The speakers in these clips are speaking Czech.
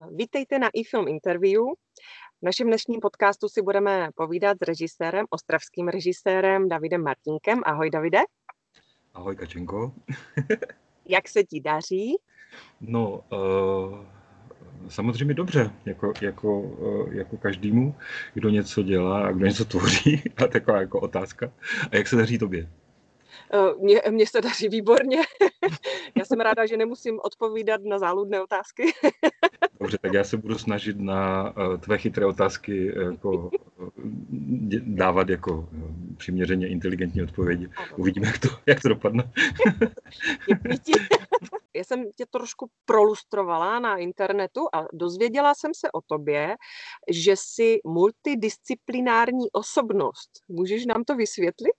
Vítejte na iFilm Interview. V našem dnešním podcastu si budeme povídat s režisérem, ostravským režisérem Davidem Martínkem. Ahoj, Davide. Ahoj, Kačenko. Jak se ti daří? No, samozřejmě dobře, jako každému, kdo něco dělá a kdo něco tvoří. A taková jako otázka. A jak se daří tobě? Mně se daří výborně. Já jsem ráda, že nemusím odpovídat na záludné otázky. Dobře, tak já se budu snažit na tvé chytré otázky jako dávat jako přiměřeně inteligentní odpovědi. Uvidíme, jak to dopadne. Já jsem tě trošku prolustrovala na internetu a dozvěděla jsem se o tobě, že jsi multidisciplinární osobnost. Můžeš nám to vysvětlit?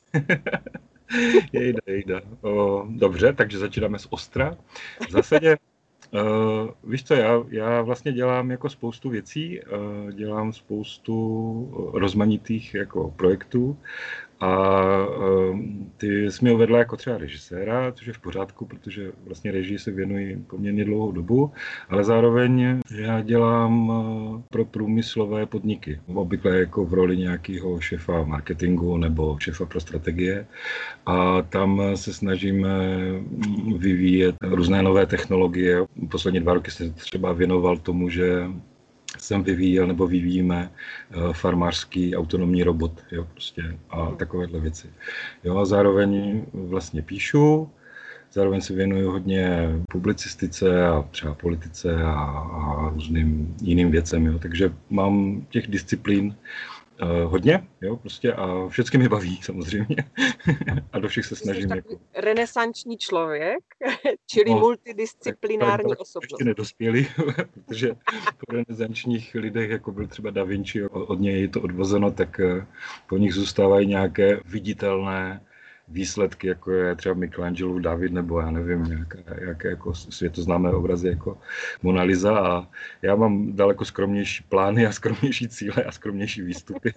Jejda. Dobře, takže začínáme z ostra. V zásadě, víš co, já vlastně dělám jako spoustu věcí, dělám spoustu rozmanitých jako projektů a ty jsi mě uvedla jako třeba režiséra, což je v pořádku, protože vlastně režii se věnuji poměrně dlouhou dobu, ale zároveň já dělám pro průmyslové podniky, obvykle jako v roli nějakého šéfa marketingu nebo šéfa pro strategie a tam se snažíme vyvíjet různé nové technologie. Poslední 2 roky jsem třeba věnoval tomu, že jsem vyvíjel nebo vyvíjíme farmářský autonomní robot, jo, prostě a takovéhle věci. Jo, a zároveň vlastně píšu, zároveň se věnuju hodně publicistice a třeba politice a různým jiným věcem, jo, takže mám těch disciplín hodně, jo, prostě a všechny mě baví samozřejmě a do všech se snažím. Jsi takový renesanční člověk, čili multidisciplinární osobnost. Ještě nedospělý, protože po renesančních lidech, jako byl třeba Da Vinci, od něj je to odvozeno, tak po nich zůstávají nějaké viditelné výsledky, jako je třeba Michelangelův David, nebo já nevím, nějaké jako světoznámé obrazy jako Mona Lisa a já mám daleko skromnější plány a skromnější cíle a skromnější výstupy.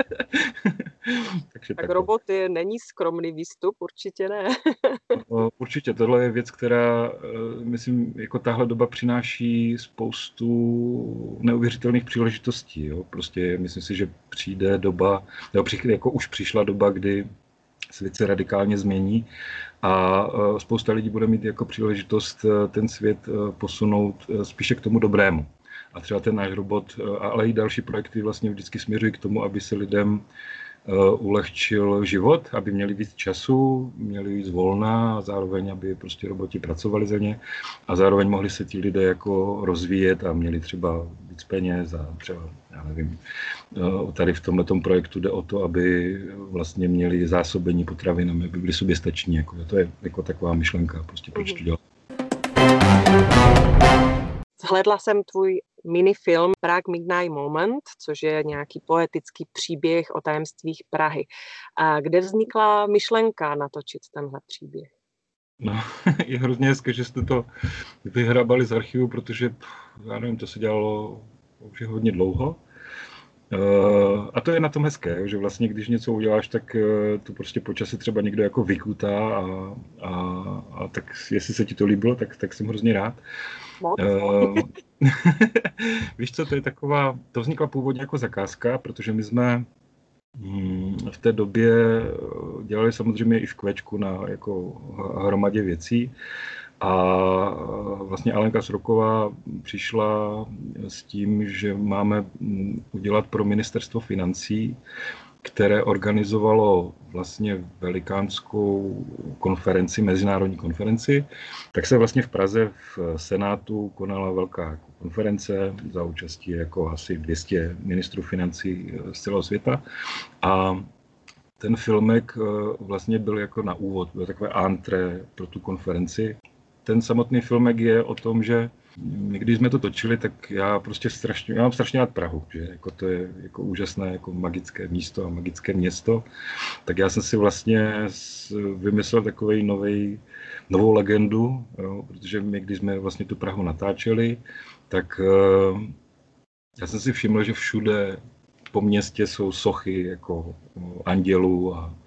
Tak robot není skromný výstup, určitě ne. Určitě, tohle je věc, která, myslím, jako tahle doba přináší spoustu neuvěřitelných příležitostí. Jo? Prostě myslím si, že přijde doba, jako už přišla doba, kdy svět se radikálně změní a spousta lidí bude mít jako příležitost ten svět posunout spíše k tomu dobrému. A třeba ten náš robot, ale i další projekty vlastně vždycky směřují k tomu, aby se lidem ulehčil život, aby měli víc času, měli víc volna a zároveň, aby prostě roboti pracovali za ně a zároveň mohli se ti lidé jako rozvíjet a měli třeba víc peněz a třeba, já nevím, tady v tomhletom projektu jde o to, aby vlastně měli zásobení potravinami, aby byli soběstační, jako to je jako taková myšlenka, prostě proč to dělat. Zhlédla jsem tvůj minifilm Prague Midnight Moment, což je nějaký poetický příběh o tajemstvích Prahy. A kde vznikla myšlenka natočit tenhle příběh? No, je hrozně hezké, že jste to vyhrabali z archivu, protože, já nevím, to se dělalo už hodně dlouho. A to je na tom hezké, že vlastně když něco uděláš, tak to prostě po čase třeba někdo jako vykutá a tak jestli se ti to líbilo, tak jsem hrozně rád. Víš co, to je taková, to vznikla původně jako zakázka, protože my jsme v té době dělali samozřejmě i v Kvečku na jako hromadě věcí a vlastně Alenka Sroková přišla s tím, že máme udělat pro ministerstvo financí, které organizovalo vlastně velikánskou konferenci, mezinárodní konferenci, tak se vlastně v Praze v Senátu konala velká konference za účastí jako asi 200 ministrů financí z celého světa a ten filmek vlastně byl jako na úvod, byl takové entré pro tu konferenci. Ten samotný filmek je o tom, že když jsme to točili, tak já mám strašně rád Prahu, že jako to je jako úžasné jako magické místo a magické město. Tak já jsem si vlastně vymyslel takovej novou legendu, jo, protože my, když jsme vlastně tu Prahu natáčeli, tak já jsem si všiml, že všude po městě jsou sochy jako andělů a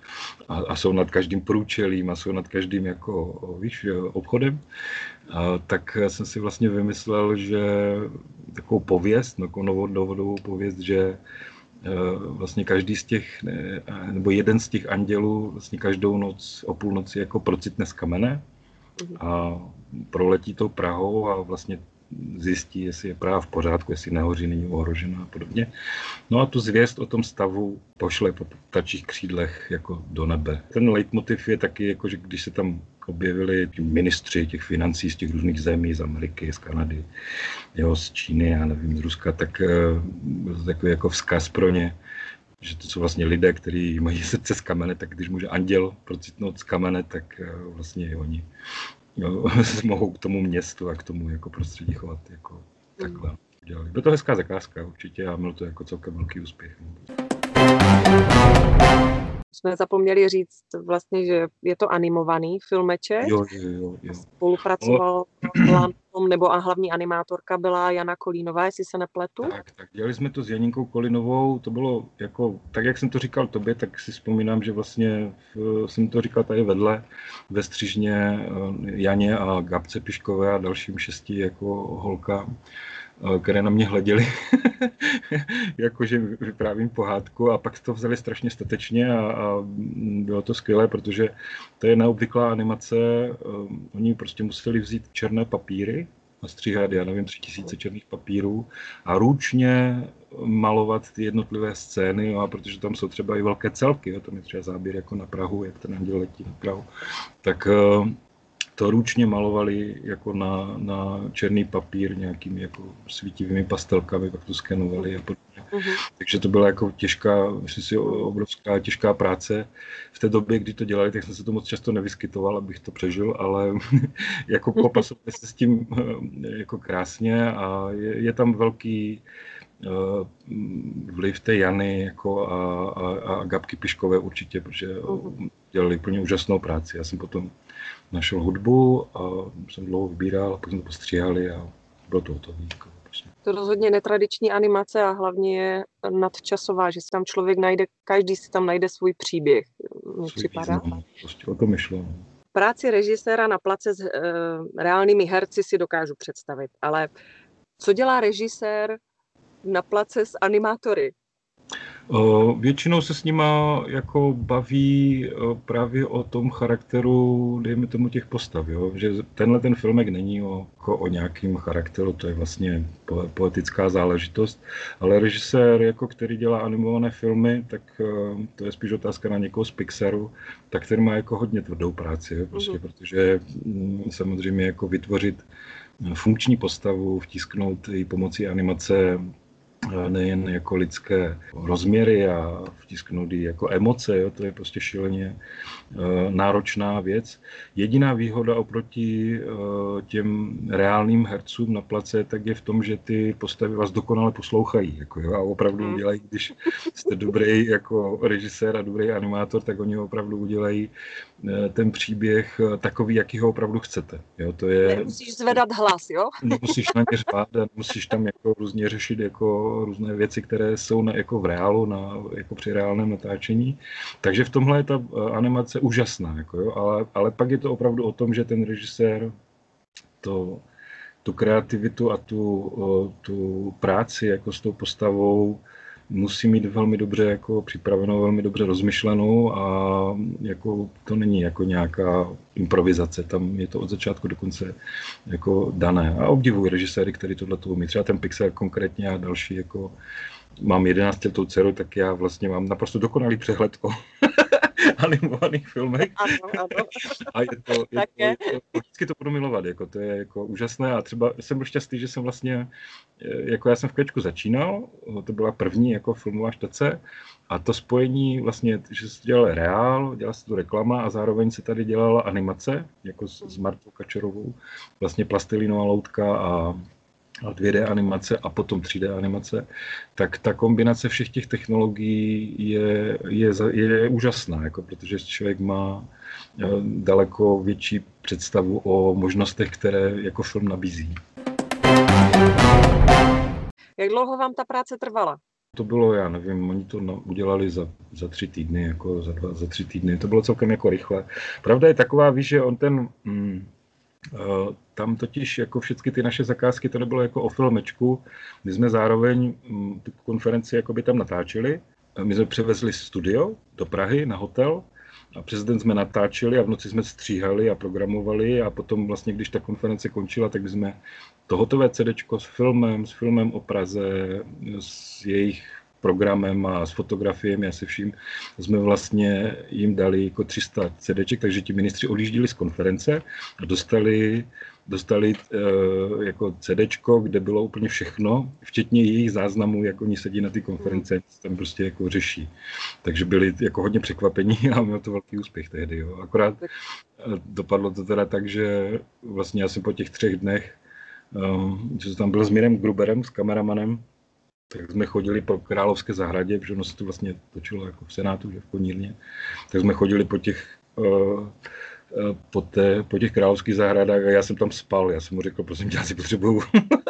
a jsou nad každým průčelím a jsou nad každým jako, víš, obchodem. Tak jsem si vlastně vymyslel, že takovou pověst, novodobou pověst, že vlastně každý z těch, nebo jeden z těch andělů vlastně každou noc o půlnoci jako procitne z kamene a proletí tou Prahou a vlastně zjistí, jestli je Praha v pořádku, jestli nehoří, není ohrožena a podobně. No a tu zvěst o tom stavu pošle po ptačích křídlech jako do nebe. Ten leitmotiv je taky, jako, že když se tam objevili ministři těch financí z těch různých zemí, z Ameriky, z Kanady, z Číny, já nevím, z Ruska, tak byl to takový jako vzkaz pro ně, že to jsou vlastně lidé, kteří mají srdce z kamene, tak když může anděl procitnout z kamene, tak vlastně i oni mohou k tomu městu a k tomu jako prostředí chovat jako takhle. Byla to hezká zakázka určitě a byl to jako celkem velký úspěch. Jsme zapomněli říct vlastně, že je to animovaný filmeček. Jo. Spolupracoval nebo a hlavní animátorka byla Jana Kolínová, jestli se nepletu. Tak, dělali jsme to s Janinkou Kolínovou, to bylo jako, tak jak jsem to říkal tobě, tak si vzpomínám, že vlastně jsem to říkal tady vedle ve střižně Janě a Gabce Piškové a dalším 6 jako holkám, které na mě hleděli, jakože vyprávím pohádku a pak to vzali strašně statečně a bylo to skvělé, protože to je neobvyklá animace, oni prostě museli vzít černé papíry a stříhat, já nevím, 3000 černých papírů a ručně malovat ty jednotlivé scény, a protože tam jsou třeba i velké celky, tam je třeba záběr jako na Prahu, jak ten anděl letí na Prahu, tak to ručně malovali jako na černý papír nějakými jako svítivými pastelkami, pak to skenovali a podobně. Takže to byla jako těžká, myslím si, obrovská těžká práce. V té době, kdy to dělali, tak jsem se to moc často nevyskytoval, abych to přežil, ale jako popasovali se s tím jako krásně a je tam velký vliv té Jany jako a Gabky Piškové určitě, protože dělali úplně úžasnou práci. Já jsem potom našel hudbu a jsem dlouho vybíral, a pak jsme to postříhali a bylo to hotové. To rozhodně netradiční animace a hlavně je nadčasová, že si tam člověk najde, každý si tam najde svůj příběh. Mi připadá. Prostě o to myšlo. Práci režiséra na place s reálnými herci si dokážu představit, ale co dělá režisér na place s animátory? Většinou se s nima jako baví právě o tom charakteru, dejme tomu, těch postav, jo? Že tenhle ten filmek není o nějakým charakteru, to je vlastně poetická záležitost, ale režisér, jako který dělá animované filmy, tak to je spíš otázka na někoho z Pixaru, tak ten má jako hodně tvrdou práci, jo? Prostě, protože samozřejmě jako vytvořit funkční postavu, vtisknout ji pomocí animace nejen jako lidské rozměry a vtisknout jí jako emoce, jo, to je prostě šíleně náročná věc. Jediná výhoda oproti těm reálným hercům na place tak je v tom, že ty postavy vás dokonale poslouchají jako, jo, a opravdu udělají, když jste dobrý jako režisér a dobrý animátor, tak oni opravdu udělají ten příběh takový, jaký ho opravdu chcete. Jo, to je, nemusíš zvedat hlas, jo? Nemusíš na ně řvát a musíš tam jako různě řešit jako různé věci, které jsou jako v reálu, jako při reálném natáčení. Takže v tomhle je ta animace úžasná. Jako jo, ale pak je to opravdu o tom, že ten režisér tu kreativitu a tu práci jako s tou postavou musí mít velmi dobře jako připravenou, velmi dobře rozmyšlenou a jako to není jako nějaká improvizace, tam je to od začátku do konce jako dané. A obdivuji režiséry, který tohle umí. Třeba ten Pixar konkrétně a další, jako mám 11letou dceru, tak já vlastně mám naprosto dokonalý přehled o animovaných filmech. Ano. A vždycky to budu milovat, jako to je jako úžasné a třeba jsem byl šťastný, že jsem vlastně, jako já jsem v Kvečku začínal, to byla první jako filmová štace a to spojení vlastně, že se dělal reál, dělala se tu reklama a zároveň se tady dělala animace, jako s Martou Kačerovou, vlastně plastilínová loutka a 2D animace a potom 3D animace, tak ta kombinace všech těch technologií je úžasná, jako, protože člověk má daleko větší představu o možnostech, které jako film nabízí. Jak dlouho vám ta práce trvala? to bylo, já nevím, oni to udělali za 3 týdny, jako za 3 týdny, to bylo celkem jako rychle. Pravda je taková, víš, že on tam totiž jako všechny ty naše zakázky, to nebylo jako o filmečku, my jsme zároveň tu konferenci jakoby tam natáčeli, my jsme převezli studio do Prahy na hotel a přes den jsme natáčeli a v noci jsme stříhali a programovali a potom vlastně, když ta konference končila, tak jsme to hotové CDčko s filmem o Praze, s jejich programem a s fotografiemi a se vším, jsme vlastně jim dali jako 300 CDček, takže ti ministři odjížděli z konference a dostali jako CDčko, kde bylo úplně všechno, včetně jejich záznamů, jak oni sedí na ty konference, tam prostě jako řeší. Takže byli jako hodně překvapení a měl to velký úspěch tehdy. Jo. Akorát dopadlo to teda tak, že vlastně asi po těch 3 dnech, že tam byl s Mirem Gruberem, s kameramanem, tak jsme chodili po Královské zahradě, protože ono se to vlastně točilo jako v Senátu, že v Konírně, tak jsme chodili po těch královských zahradách a já jsem tam spal. Já jsem mu řekl, prosím tě, já si potřebuju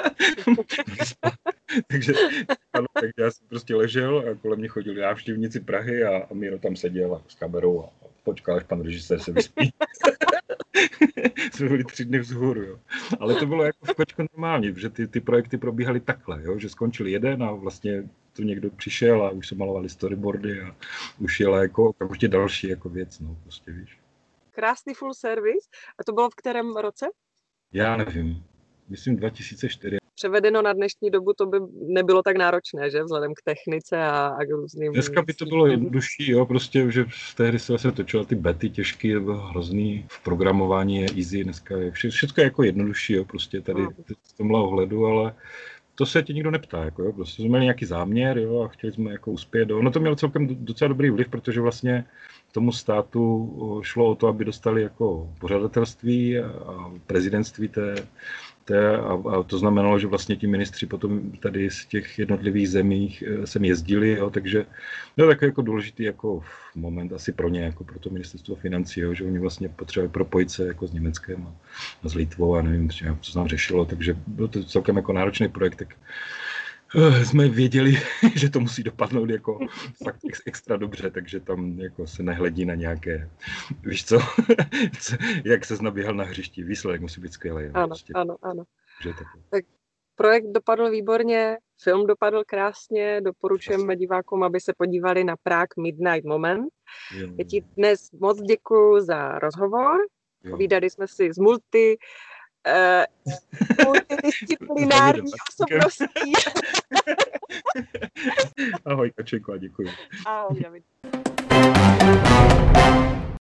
takže já jsem prostě ležel a kolem mě chodili návštěvníci Prahy a Miro tam seděl s kamerou a počkal, až pan režisér se vyspí. Jsme byli 3 dny vzhůru, jo. Ale to bylo jako v Kvečku normální, že ty projekty probíhaly takhle, jo, že skončil jeden a vlastně tu někdo přišel a už se malovali storyboardy a už jela jako okamžitě další jako věc, no, prostě víš. Krásný full service. A to bylo v kterém roce? Já nevím. Myslím 2004. Převedeno na dnešní dobu to by nebylo tak náročné, že? Vzhledem k technice a k různým... Dneska by to bylo jednodušší, jo, prostě, že tehdy se vlastně točily ty bety těžký, to bylo hrozný. V programování je easy, dneska je všechno jako jednodušší, jo, prostě tady v tomhle ohledu, ale to se tě nikdo neptá, jako jo, prostě jsme měli nějaký záměr, jo, a chtěli jsme jako uspět, no to mělo celkem docela dobrý vliv, protože vlastně tomu státu šlo o to, aby dostali jako pořadatelství a prezidentství a to znamenalo, že vlastně ti ministři potom tady z těch jednotlivých zemích sem jezdili, jo, takže to je takový jako důležitý jako moment asi pro ně, jako pro to ministerstvo financí, jo, že oni vlastně potřebovali propojit se jako s Německem a s Litvou a nevím, co se nám řešilo, takže byl to celkem jako náročný projekt, tak jsme věděli, že to musí dopadnout jako fakt extra dobře, takže tam jako se nehledí na nějaké, víš co, jak ses naběhal na hřišti, výsledek musí být skvělý. Ano, prostě. Ano. Tak projekt dopadl výborně, film dopadl krásně, doporučujeme divákům, aby se podívali na Prague Midnight Moment. Já ti dnes moc děkuju za rozhovor, povídali jsme si z multidisciplinární osobností. Ahoj, Kačenko, a děkuji. Ahoj, David.